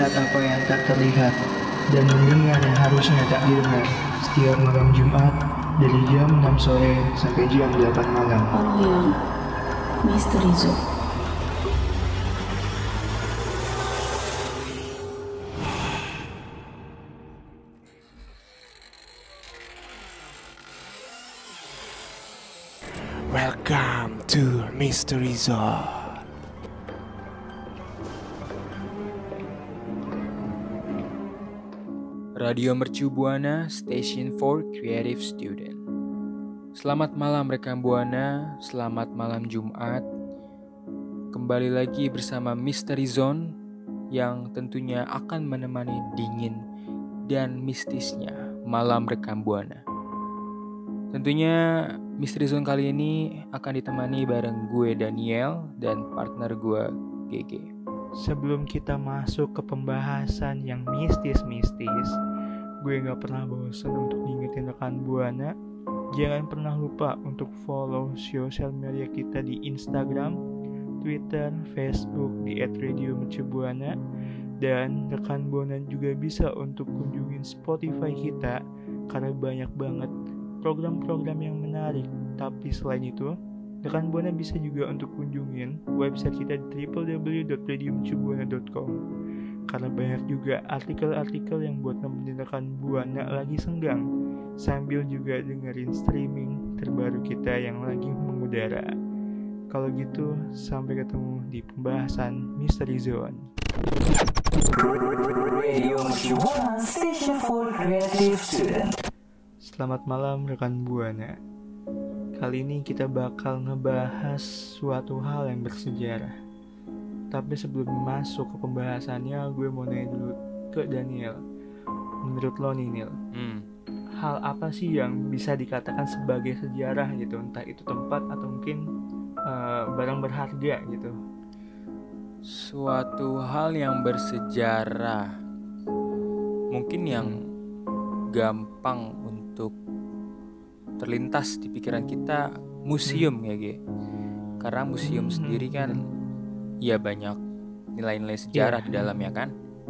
melihat apa yang tak terlihat dan mendengar yang harusnya tak didengar setiap malam Jumat dari jam 6 sore sampai jam 8 malam. Orang yang misteri zone. Welcome to Mystery Zone. Radio Mercu Buana, Station for Creative Student. Selamat malam rekan Buana, selamat malam Jumat. Kembali lagi bersama Mystery Zone yang tentunya akan menemani dingin dan mistisnya malam rekan Buana. Tentunya Mystery Zone kali ini akan ditemani bareng gue Daniel dan partner gue GG. Sebelum kita masuk ke pembahasan yang mistis-mistis, gue gak pernah bosan untuk ngingetin rekan Buana, jangan pernah lupa untuk follow sosial media kita di Instagram, Twitter, Facebook di @radiomercubuana, dan rekan Buana juga bisa untuk kunjungin Spotify kita karena banyak banget program-program yang menarik. Tapi selain itu, rekan Buana bisa juga untuk kunjungin website kita di www.radiomercubuana.com karena banyak juga artikel-artikel yang buat nemenin rekan Buana lagi senggang sambil juga dengerin streaming terbaru kita yang lagi mengudara. Kalau gitu, sampai ketemu di pembahasan Mystery Zone. Radio Mercu Buana, Station for Creative Student. Selamat malam rekan Buana. Kali ini kita bakal ngebahas suatu hal yang bersejarah. Tapi sebelum masuk ke pembahasannya, gue mau nanya dulu ke Daniel. Menurut lo nih, Nil, hal apa sih yang bisa dikatakan sebagai sejarah gitu? Entah itu tempat atau mungkin barang berharga gitu. Suatu hal yang bersejarah, mungkin yang gampang untuk terlintas di pikiran kita, museum ya Ge. Karena museum sendiri kan ya banyak nilai-nilai sejarah di dalamnya kan.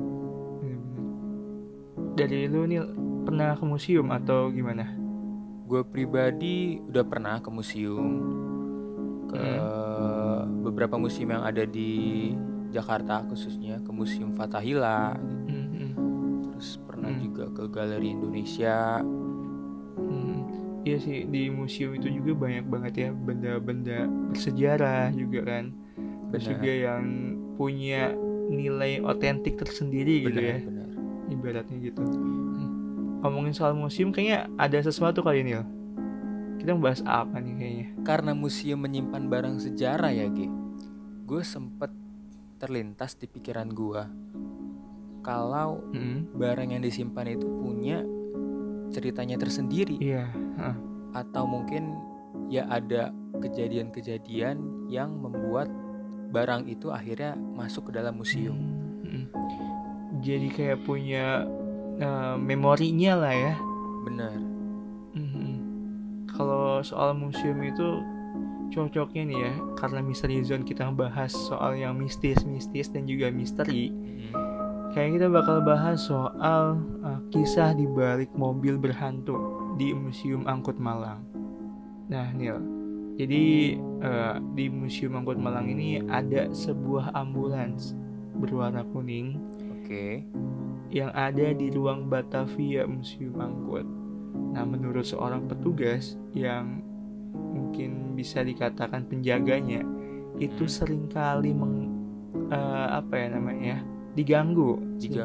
Dari lu nih pernah ke museum atau gimana? Gue pribadi udah pernah ke museum, ke beberapa museum yang ada di Jakarta, khususnya ke Museum Fathahillah gitu. Terus pernah juga ke Galeri Indonesia. Iya sih, di museum itu juga banyak banget ya benda-benda bersejarah juga kan. Terus juga yang punya nilai otentik tersendiri gitu ya. Benar. Ibaratnya gitu. Ngomongin soal museum kayaknya ada sesuatu kali ini loh. Kita membahas apa nih kayaknya? Karena museum menyimpan barang sejarah ya Ge, gue sempet terlintas di pikiran gue kalau barang yang disimpan itu punya ceritanya tersendiri. Iya. Atau mungkin ya ada kejadian-kejadian yang membuat barang itu akhirnya masuk ke dalam museum. Jadi kayak punya memorinya lah ya. Benar. Kalau soal museum itu cocoknya nih ya, karena Mystery Zone kita bahas soal yang mistis-mistis dan juga misteri. Kayak kita bakal bahas soal kisah di balik mobil berhantu di Museum Angkut Malang. Nah, Nil, jadi di Museum Angkut Malang ini ada sebuah ambulans berwarna kuning, yang ada di ruang Batavia Museum Angkut. Nah, menurut seorang petugas yang mungkin bisa dikatakan penjaganya, itu seringkali diganggu.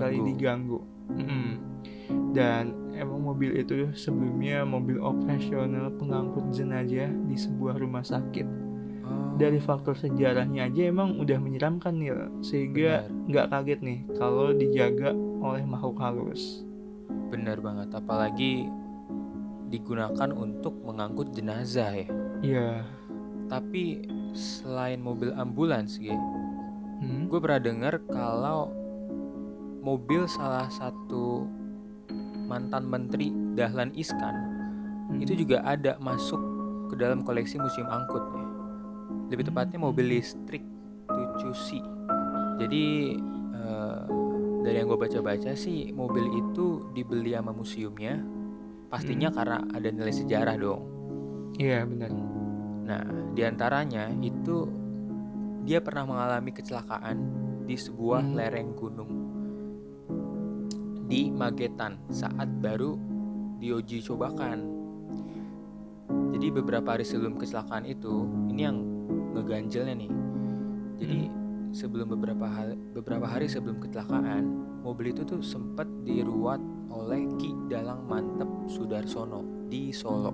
Dan emang mobil itu sebelumnya mobil operasional pengangkut jenazah di sebuah rumah sakit. Dari faktor sejarahnya aja emang udah menyeramkan nih, sehingga nggak kaget nih kalau dijaga oleh makhluk halus. Benar banget, apalagi digunakan untuk mengangkut jenazah ya. Iya. Tapi selain mobil ambulans gue pernah dengar kalau mobil salah satu mantan menteri Dahlan Iskan itu juga ada masuk ke dalam koleksi museum angkutnya. Lebih tepatnya mobil listrik 7C. Jadi dari yang gue baca-baca sih mobil itu dibeli sama museumnya pastinya karena ada nilai sejarah dong. Iya benar. Nah, diantaranya itu dia pernah mengalami kecelakaan di sebuah lereng gunung di Magetan saat baru diuji cobakan. Jadi beberapa hari sebelum kecelakaan itu, ini yang ngeganjelnya nih. Jadi sebelum beberapa hari sebelum kecelakaan, mobil itu tuh sempat diruat oleh Ki Dalang Mantep Sudarsono di Solo.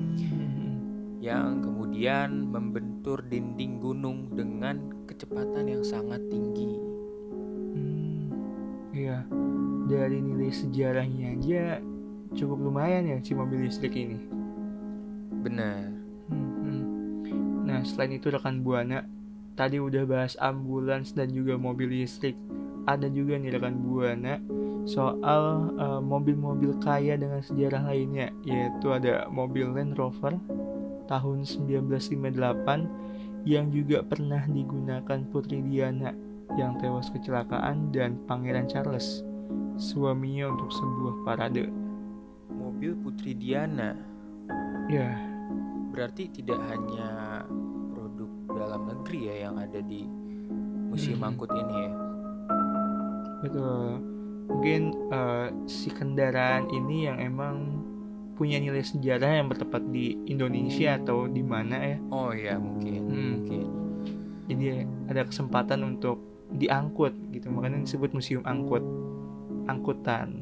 Yang kemudian membentur dinding gunung dengan kecepatan yang sangat tinggi. Iya, dari nilai sejarahnya aja cukup lumayan ya si mobil listrik ini. Benar. Nah, selain itu rekan Buana, tadi udah bahas ambulans dan juga mobil listrik. Ada juga nih rekan Buana soal mobil-mobil kaya dengan sejarah lainnya, yaitu ada mobil Land Rover tahun 1958 yang juga pernah digunakan Putri Diana yang tewas kecelakaan dan Pangeran Charles, suaminya untuk sebuah parade. Mobil Putri Diana. Ya, Berarti tidak hanya produk dalam negeri ya yang ada di Museum Angkut ini ya. betul. Mungkin si kendaraan ini yang emang punya nilai sejarah yang bertempat di Indonesia atau di mana ya. Oh ya mungkin. Jadi ada kesempatan untuk diangkut gitu, makanya disebut museum angkutan.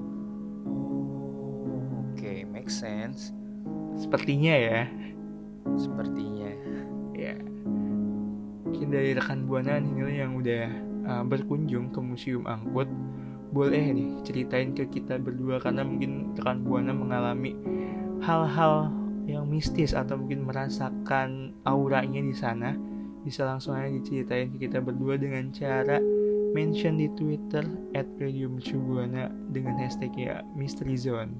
Oke, make sense. Sepertinya ya. Sepertinya. Ya. Mungkin dari rekan Buana nih yang udah berkunjung ke museum angkut, boleh nih ceritain ke kita berdua karena mungkin rekan Buana mengalami hal-hal yang mistis atau mungkin merasakan auranya di sana. Bisa langsung aja diceritain ke kita berdua dengan cara mention di Twitter @radiomercubuana dengan hashtagnya Mystery Zone.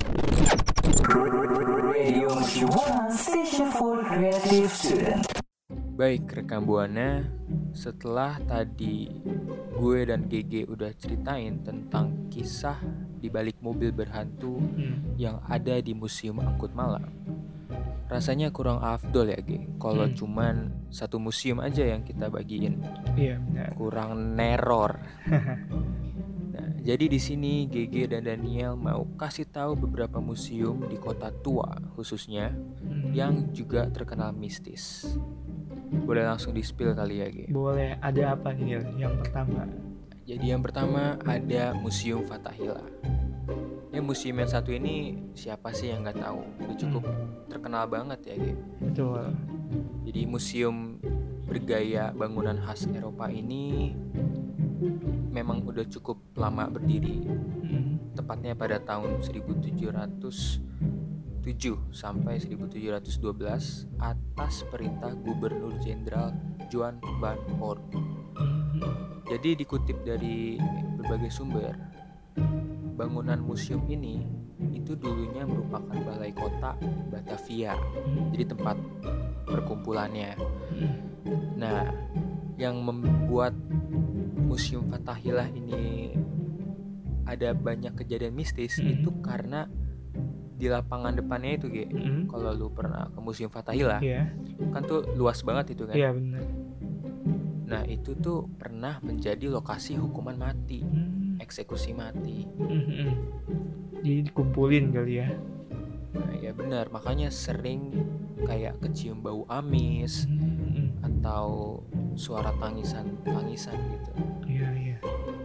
Radio Mercu Buana, station for creative student. Baik rekan Buana, setelah tadi gue dan GG udah ceritain tentang kisah di balik mobil berhantu yang ada di Museum Angkut Malang, rasanya kurang afdol ya G kalau cuman satu museum aja yang kita bagiin. Iya benar. Kurang neror. Nah, jadi di sini GG dan Daniel mau kasih tahu beberapa museum di kota tua khususnya yang juga terkenal mistis. Boleh langsung di-spill kali ya G? Boleh, ada apa nih yang pertama? Jadi yang pertama ada Museum Fathahillah. Ya museum yang satu ini siapa sih yang nggak tahu? Udah cukup terkenal banget ya G. Betul. Jadi museum bergaya bangunan khas Eropa ini memang udah cukup lama berdiri. Tepatnya pada tahun 1707 sampai 1712 atas perintah Gubernur Jenderal Johan van Horn. Jadi dikutip dari berbagai sumber, bangunan museum ini itu dulunya merupakan balai kota Batavia, jadi tempat perkumpulannya. Nah, yang membuat Museum Fathahillah ini ada banyak kejadian mistis itu karena di lapangan depannya itu kalau lu pernah ke Museum Fathahillah, kan tuh luas banget itu kan. Iya benar. Nah itu tuh pernah menjadi lokasi hukuman mati, eksekusi mati. Jadi dikumpulin kali ya. Nah ya benar, makanya sering kayak kecium bau amis atau suara tangisan gitu. Iya.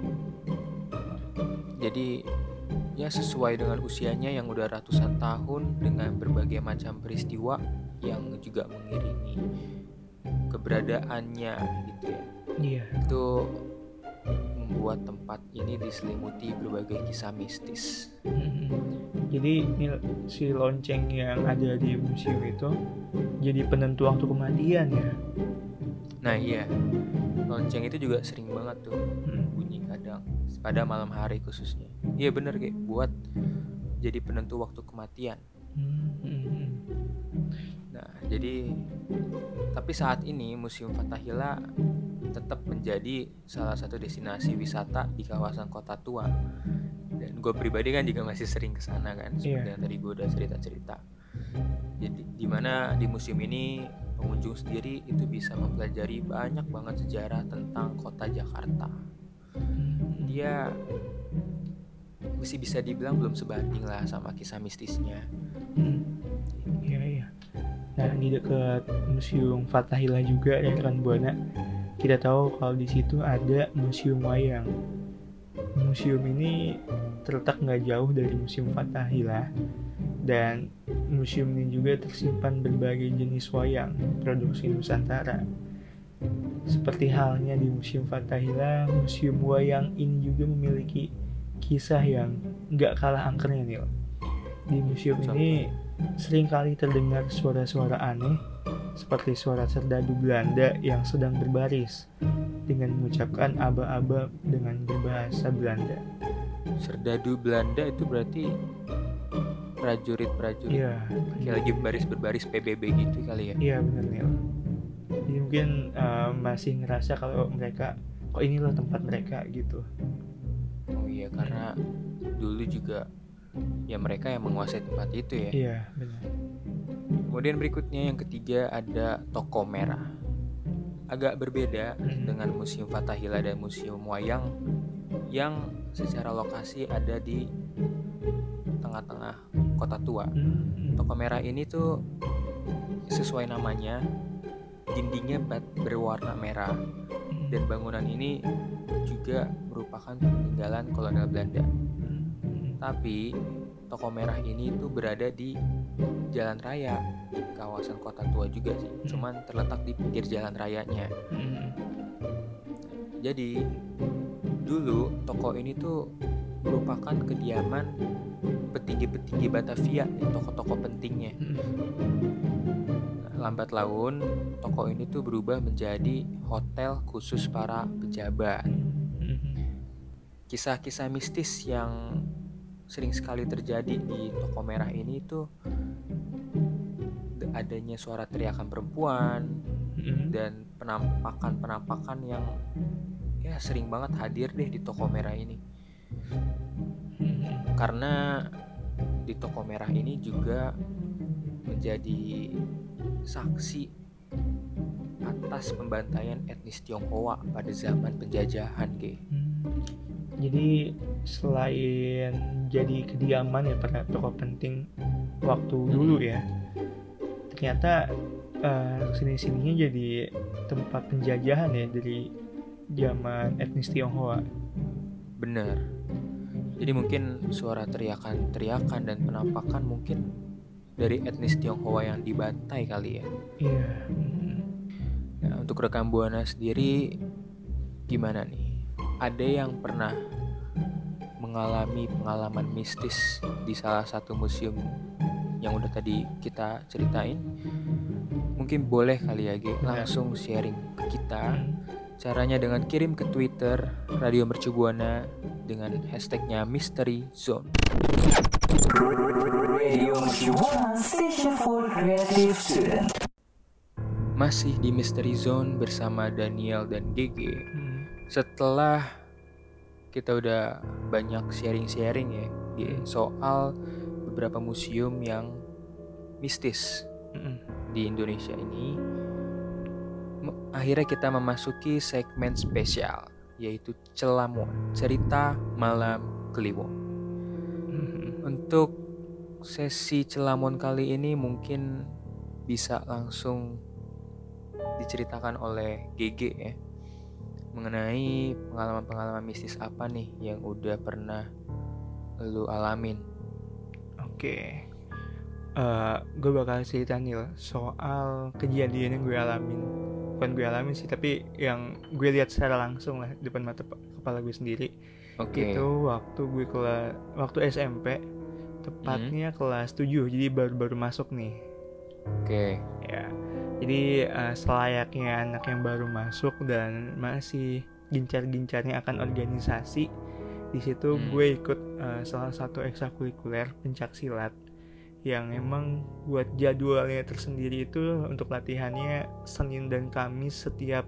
Jadi ya sesuai dengan usianya yang udah ratusan tahun dengan berbagai macam peristiwa yang juga mengiringi keberadaannya gitu ya. Iya. Itu membuat tempat ini diselimuti berbagai kisah mistis. Jadi si lonceng yang ada di museum itu jadi penentu waktu kematian ya. Nah iya, lonceng itu juga sering banget tuh bunyi kadang pada malam hari khususnya. Iya bener kayak buat jadi penentu waktu kematian. Nah jadi tapi saat ini Museum Fathahillah tetap menjadi salah satu destinasi wisata di kawasan Kota Tua. Dan gue pribadi kan juga masih sering kesana kan, seperti yang tadi gue udah cerita. Jadi dimana di museum ini pengunjung sendiri itu bisa mempelajari banyak banget sejarah tentang kota Jakarta. Dia masih bisa dibilang belum sebanding lah sama kisah mistisnya. Iya. Nah, di dekat Museum Fathahillah juga ya kan Buana. Kita tahu kalau di situ ada Museum Wayang. Museum ini terletak nggak jauh dari Museum Fathahillah, dan museum ini juga tersimpan berbagai jenis wayang produksi Nusantara. Seperti halnya di Museum Fathahillah, Museum Wayang ini juga memiliki kisah yang nggak kalah angkernya Nil. Di museum ini seringkali terdengar suara-suara aneh seperti suara serdadu Belanda yang sedang berbaris dengan mengucapkan aba-aba dengan berbahasa Belanda. Serdadu Belanda itu berarti prajurit-prajurit. Iya. Kayak lagi berbaris PBB gitu kali ya. Iya benar Nil. Jadi mungkin masih ngerasa kalau mereka, kok ini loh tempat mereka gitu. Oh iya, karena dulu juga ya mereka yang menguasai tempat itu ya. Iya benar. Kemudian berikutnya yang ketiga ada Toko Merah. Agak berbeda dengan Museum Fathahillah dan Museum Wayang yang secara lokasi ada di tengah-tengah Kota Tua. Toko Merah ini tuh sesuai namanya, dindingnya berwarna merah, dan bangunan ini juga merupakan peninggalan kolonial Belanda. Tapi Toko Merah ini tuh berada di jalan raya di kawasan Kota Tua juga sih, cuman terletak di pinggir jalan rayanya. Jadi dulu toko ini tuh merupakan kediaman petinggi-petinggi Batavia, toko-toko pentingnya. Lambat laun toko ini tuh berubah menjadi hotel khusus para pejabat. Kisah-kisah mistis yang sering sekali terjadi di Toko Merah ini tuh adanya suara teriakan perempuan dan penampakan yang ya sering banget hadir deh di Toko Merah ini. Karena di Toko Merah ini juga menjadi saksi atas pembantaian etnis Tionghoa pada zaman penjajahan, Jadi selain jadi kediaman ya para tokoh penting waktu dulu ya, ternyata sini-sininya jadi tempat penjajahan ya dari zaman etnis Tionghoa. Bener. Jadi mungkin suara teriakan dan penampakan mungkin dari etnis Tionghoa yang dibantai kali ya. Iya. Nah, untuk rekan Buana sendiri gimana nih? Ada yang pernah mengalami pengalaman mistis di salah satu museum yang udah tadi kita ceritain? Mungkin boleh kali ya, langsung sharing ke kita. Caranya dengan kirim ke Twitter Radio Mercu Buana dengan hashtagnya Mystery Zone. Radio Mercu Buana, Station for Creative Student. Masih di Mystery Zone bersama Daniel dan GG. Setelah kita udah banyak sharing-sharing ya soal beberapa museum yang mistis di Indonesia ini, akhirnya kita memasuki segmen spesial, yaitu Celamon, cerita malam Kliwon. Untuk sesi Celamon kali ini mungkin bisa langsung diceritakan oleh GG ya, mengenai pengalaman-pengalaman mistis apa nih yang udah pernah lu alamin. Oke. Gue bakal cerita nih soal kejadian yang gue alamin. Bukan gue alamin sih, tapi yang gue lihat secara langsung lah depan mata kepala gue sendiri. Itu waktu SMP, tepatnya kelas 7, jadi baru masuk nih. Ya. Jadi selayaknya anak yang baru masuk dan masih gencar-gencarnya akan organisasi, di situ gue ikut salah satu ekstrakurikuler pencaksilat yang emang buat jadwalnya tersendiri itu untuk latihannya Senin dan Kamis setiap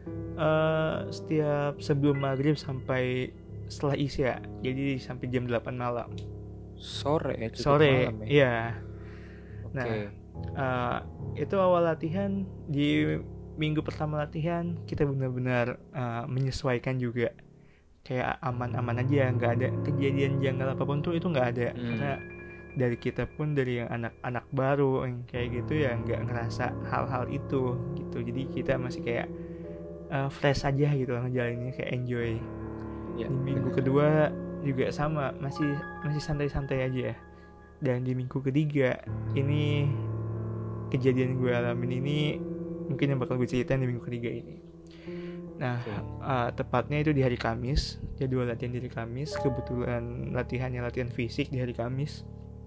Setiap sebelum maghrib sampai setelah isya, jadi sampai jam 8 malam. Sore ya, cukup Sore, malam ya. iya. Oke. Nah, itu awal latihan. Di minggu pertama latihan kita benar-benar menyesuaikan juga, kayak aman-aman aja, nggak ada kejadian janggal apapun tuh, itu nggak ada. Karena dari kita pun, dari yang anak-anak baru yang kayak gitu ya, nggak ngerasa hal-hal itu gitu. Jadi kita masih kayak fresh aja gitu lah ngejalaninnya, kayak enjoy. Ya, Di minggu kedua juga sama, masih santai-santai aja. Dan di minggu ketiga ini, kejadian gue alamin ini mungkin yang bakal gue ceritain di minggu ketiga ini. Nah, tepatnya itu di hari Kamis, jadwal latihan di hari Kamis. Kebetulan latihannya latihan fisik di hari Kamis.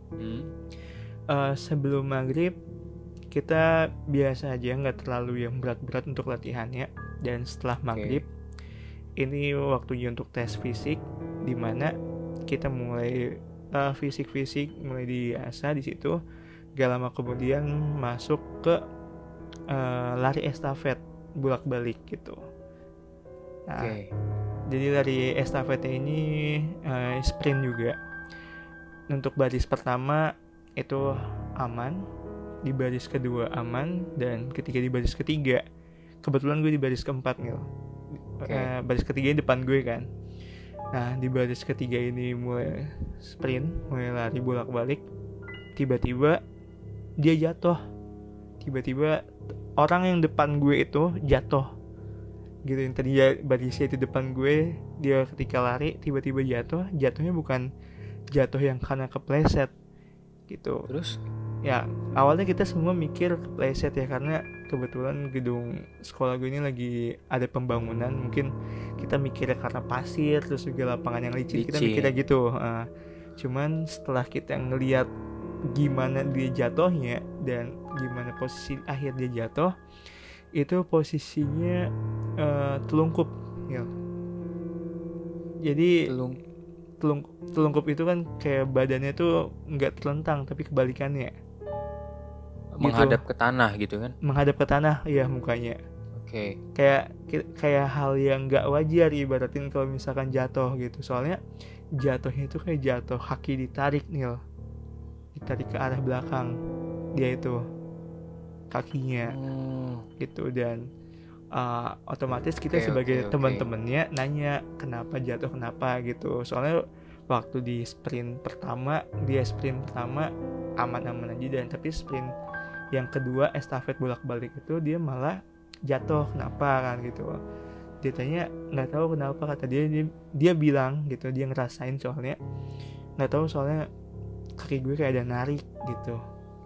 Sebelum maghrib kita biasa aja, nggak terlalu yang berat-berat untuk latihannya. Dan setelah maghrib ini waktunya untuk tes fisik, dimana kita mulai fisik mulai diasah di situ. Gak lama kemudian masuk ke lari estafet bolak-balik gitu. Nah, jadi lari estafetnya ini sprint juga. Untuk baris pertama itu aman, di baris kedua aman, dan ketika di baris ketiga, kebetulan gue di baris keempat nih. Baris ketiga ini depan gue kan. Nah, di baris ketiga ini mulai sprint, mulai lari bolak-balik. Tiba-tiba dia jatuh. Tiba-tiba orang yang depan gue itu jatuh gitu. Yang tadi barisnya itu depan gue, dia ketika lari tiba-tiba jatuh. Jatuhnya bukan jatuh yang karena kepleset gitu. Terus? Ya, awalnya kita semua mikir kepleset ya, karena kebetulan gedung sekolah gue ini lagi ada pembangunan. Mungkin kita mikirnya karena pasir, terus juga lapangan yang licin. Kita mikirnya gitu. Cuman setelah kita ngelihat gimana dia jatuhnya dan gimana posisi akhir dia jatuh, itu posisinya telungkup ya. Jadi telungkup itu kan kayak badannya tuh nggak terlentang, tapi kebalikannya, menghadap ke tanah gitu kan? Menghadap ke tanah ya mukanya. Kayak hal yang nggak wajar ibaratin kalau misalkan jatuh gitu. Soalnya jatuhnya itu kayak jatuh kaki ditarik nih, ditarik ke arah belakang dia itu kakinya gitu. Dan otomatis kita sebagai teman-temannya nanya kenapa jatuh, kenapa gitu. Soalnya waktu di sprint pertama aman-aman aja, dan tapi sprint yang kedua estafet bolak-balik itu dia malah jatuh. Kenapa kan gitu. Dia tanya nggak tahu kenapa, kata dia bilang gitu, dia ngerasain soalnya nggak tahu, soalnya kaki gue kayak ada narik gitu.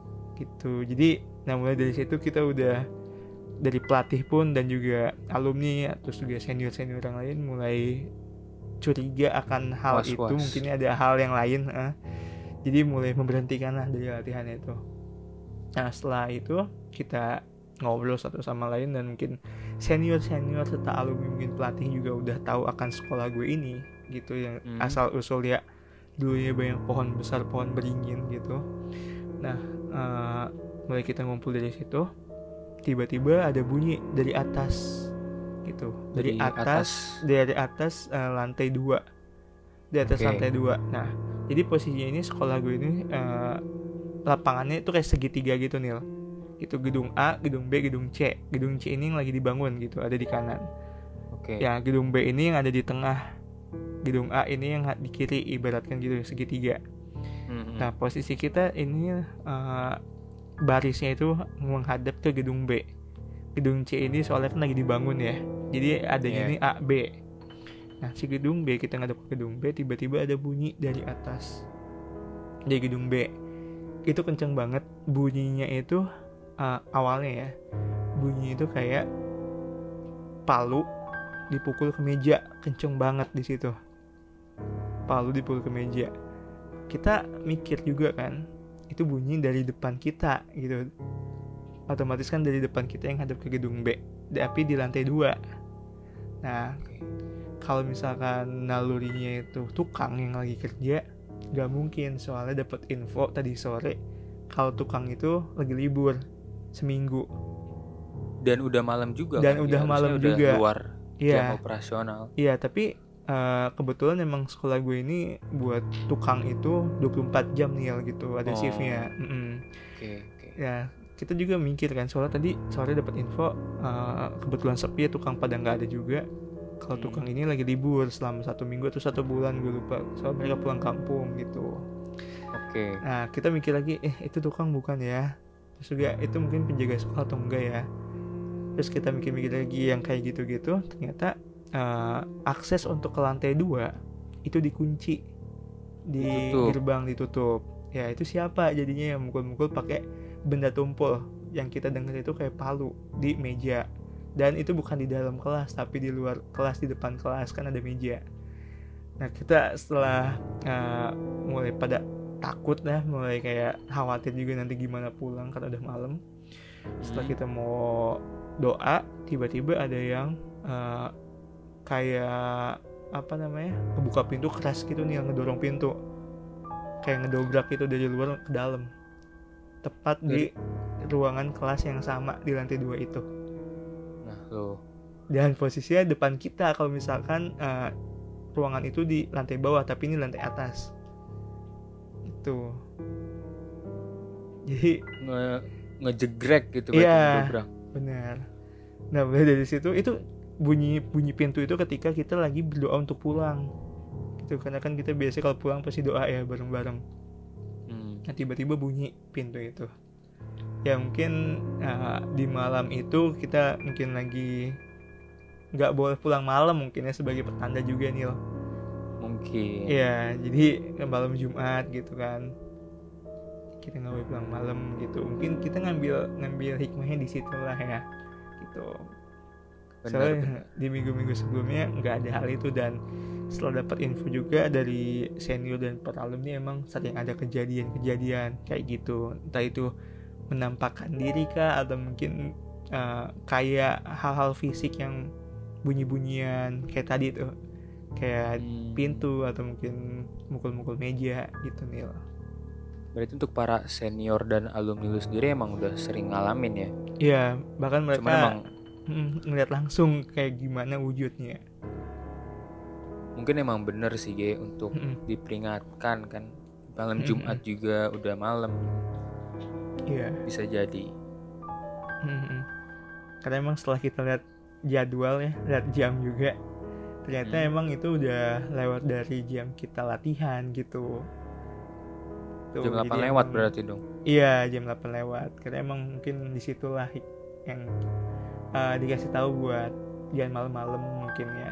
Jadi mulai dari situ kita udah, dari pelatih pun dan juga alumni, terus juga senior yang lain mulai curiga akan hal itu. Mungkin ada hal yang lain, jadi mulai memberhentikan lah dari latihan itu. Nah, setelah itu kita ngobrol satu sama lain, dan mungkin senior serta alumni, mungkin pelatih juga udah tahu akan sekolah gue ini gitu, yang asal usul ya dulunya banyak pohon besar, pohon beringin gitu. Nah, mulai kita ngumpul dari situ, tiba-tiba ada bunyi dari atas gitu, dari atas lantai 2, di atas lantai 2. Nah, jadi posisinya ini sekolah gue ini lapangannya itu kayak segitiga gitu Nil, itu gedung A, gedung B, gedung C. Gedung C ini yang lagi dibangun gitu, ada di kanan. Ya, gedung B ini yang ada di tengah, gedung A ini yang di kiri, ibaratkan gitu segitiga. Nah, posisi kita ini barisnya itu menghadap ke gedung B. Gedung C ini soalnya kan lagi dibangun ya, jadi adanya ini A, B. Nah, si gedung B, kita ngadep ke gedung B, tiba-tiba ada bunyi dari atas, dari gedung B. Itu kenceng banget bunyinya itu. Awalnya ya, bunyi itu kayak palu dipukul ke meja, kenceng banget di situ. Palu dipukul ke meja. Kita mikir juga kan, itu bunyi dari depan kita gitu. Otomatis kan dari depan kita yang hadap ke gedung B, tapi di lantai 2. Nah, kalau misalkan nalurinya itu tukang yang lagi kerja, gak mungkin, soalnya dapat info tadi sore kalau tukang itu lagi libur seminggu. Dan udah malam juga Dan kan? udah Harusnya malam udah juga. luar Iya. jam operasional. Iya, tapi kebetulan emang sekolah gue ini buat tukang itu 24 jam nih gitu, ada shiftnya. Oke. Ya, kita juga mikir kan, soalnya tadi sore dapat info kebetulan sepi ya, tukang pada nggak ada juga. Kalau tukang ini lagi libur selama 1 minggu atau 1 bulan, gue lupa, soalnya mereka pulang kampung gitu. Oke. Nah, kita mikir lagi, itu tukang bukan ya? Terus juga itu mungkin penjaga sekolah atau enggak ya? Terus kita mikir-mikir lagi yang kayak gitu-gitu, ternyata akses untuk ke lantai 2 itu dikunci, gerbang ditutup. Ya, itu siapa jadinya yang mukul-mukul pakai benda tumpul yang kita dengar itu kayak palu di meja. Dan itu bukan di dalam kelas, tapi di luar kelas, di depan kelas kan ada meja. Nah, kita setelah mulai pada takut lah, mulai kayak khawatir juga nanti gimana pulang kan udah malam. Setelah kita mau doa, tiba-tiba ada yang kayak ngebuka pintu keras gitu nih, yang ngedorong pintu, kayak ngedobrak itu dari luar ke dalam, tepat di ruangan kelas yang sama di lantai 2 itu. Nah loh, dan posisinya depan kita. Kalau misalkan ruangan itu di lantai bawah, tapi ini lantai atas itu, jadi ngejegrek gitu. Iya, ngedobrak. benar. Nah, mulai dari situ itu bunyi pintu itu ketika kita lagi berdoa untuk pulang gitu, karena kan kita biasa kalau pulang pasti doa ya bareng-bareng. Nah, tiba-tiba bunyi pintu itu. Ya mungkin di malam itu kita mungkin lagi nggak boleh pulang malam, mungkin ya, sebagai pertanda juga nih loh. Mungkin. Ya, jadi malam Jumat gitu kan, kita nggak boleh pulang malam gitu. Mungkin kita ngambil hikmahnya di situ lah ya gitu. Soalnya di minggu-minggu sebelumnya nggak ada hal itu, dan setelah dapat info juga dari senior dan para alumni, emang sering ada kejadian-kejadian kayak gitu, entah itu menampakkan diri kah, atau mungkin kayak hal-hal fisik yang bunyi-bunyian kayak tadi tuh, kayak pintu atau mungkin mukul-mukul meja gitu Nil. Berarti untuk para senior dan alumni lu sendiri emang udah sering ngalamin ya? Iya, bahkan mereka cuman emang ngeliat langsung kayak gimana wujudnya. Mungkin emang bener sih Ge, untuk diperingatkan kan. Malam Jumat juga udah malam. Iya. Bisa jadi. Karena emang setelah kita lihat jadwal ya, lihat jam juga, ternyata emang itu udah lewat dari jam kita latihan gitu. Tuh, jam 8 lewat berarti dong. Iya, jam 8 lewat. Karena emang mungkin disitulah yang dikasih tahu buat jangan malam-malam mungkin ya.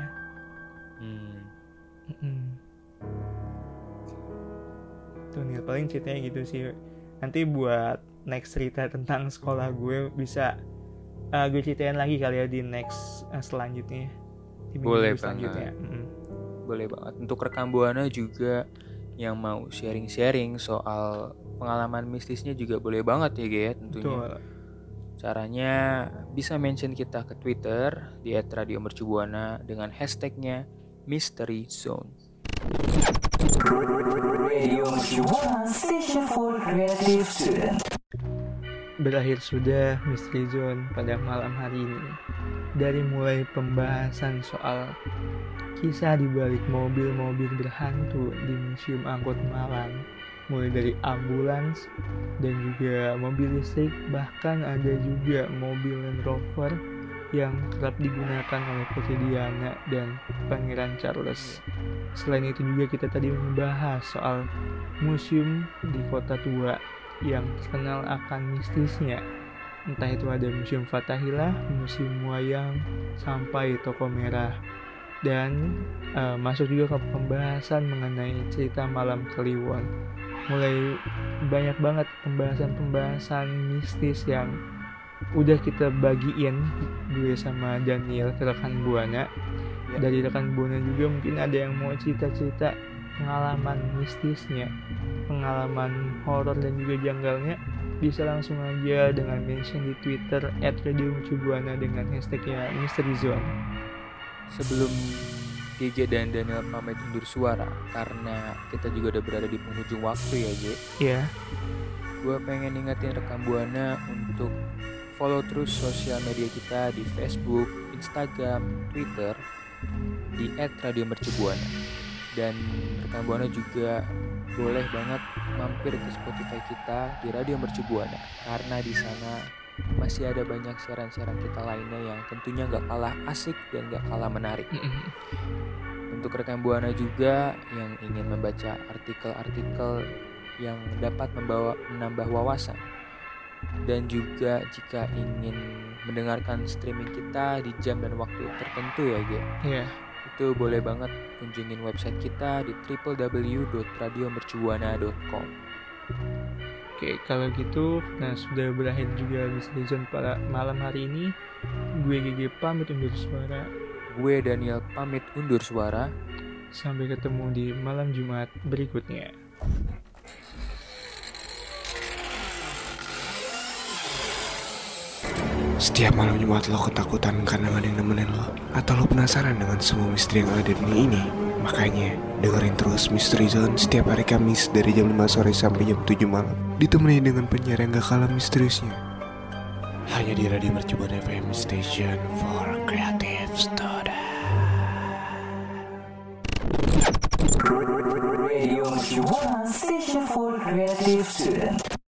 Tuh nih, paling ceritanya gitu sih. Nanti buat next cerita tentang sekolah gue bisa gue ceritain lagi kali ya di next selanjutnya. Di boleh selanjutnya. Boleh banget. Untuk rekan Buana juga yang mau sharing-sharing soal pengalaman mistisnya juga boleh banget ya Ge, tentunya. Betul. Caranya bisa mention kita ke Twitter di @radiomercubuana dengan hashtagnya Mystery Zone. Radio Mercubuana, Station for Creative Student. Berakhir sudah Mystery Zone pada malam hari ini. Dari mulai pembahasan soal kisah di balik mobil-mobil berhantu di Museum Angkut Malang, mulai dari ambulans dan juga mobil listrik, bahkan ada juga mobil Land Rover yang kerap digunakan oleh Putri Diana dan Pangeran Charles. Selain itu juga kita tadi membahas soal museum di Kota Tua yang terkenal akan mistisnya. Entah itu ada Museum Fathahillah, Museum Wayang, sampai Toko Merah. Dan masuk juga ke pembahasan mengenai cerita Malam Kliwon. Mulai banyak banget pembahasan mistis yang udah kita bagiin, gue sama Daniel ke rekan Buana. Dari rekan Buana juga mungkin ada yang mau cerita-cerita pengalaman mistisnya, pengalaman horor dan juga janggalnya, bisa langsung aja dengan mention di Twitter @radiomercubuana dengan hashtagnya Mystery Zone. Sebelum GG dan Daniel pamit undur suara, karena kita juga udah berada di penghujung waktu ya Ge. Iya. Gue pengen ingetin rekan Buana untuk follow terus sosial media kita di Facebook, Instagram, Twitter di @radiomercubuana. Dan rekan Buana juga boleh banget mampir ke Spotify kita di Radio Mercubuana, karena di sana masih ada banyak siaran-siaran kita lainnya yang tentunya gak kalah asik dan gak kalah menarik. Untuk rekan Buana juga yang ingin membaca artikel-artikel yang dapat menambah wawasan, dan juga jika ingin mendengarkan streaming kita di jam dan waktu tertentu ya Ge, itu boleh banget kunjungin website kita di www.radiomercubuana.com. Oke, kalau gitu, nah sudah berakhir juga Mystery Zone pada malam hari ini. Gue GG pamit undur suara. Gue Daniel pamit undur suara. Sampai ketemu di malam Jumat berikutnya. Setiap malam Jumat lo ketakutan karena gak ada yang nemenin lo, atau lo penasaran dengan semua misteri yang ada di dunia ini? Makanya dengerin terus Mystery Zone setiap hari Kamis dari jam 5 sore sampai jam 7 malam, ditemani dengan penyiar yang gak kalah misteriusnya. Hanya di Radio Mercubuana FM Station for Creative Student. Radio Mercubuana Station for Creative Student.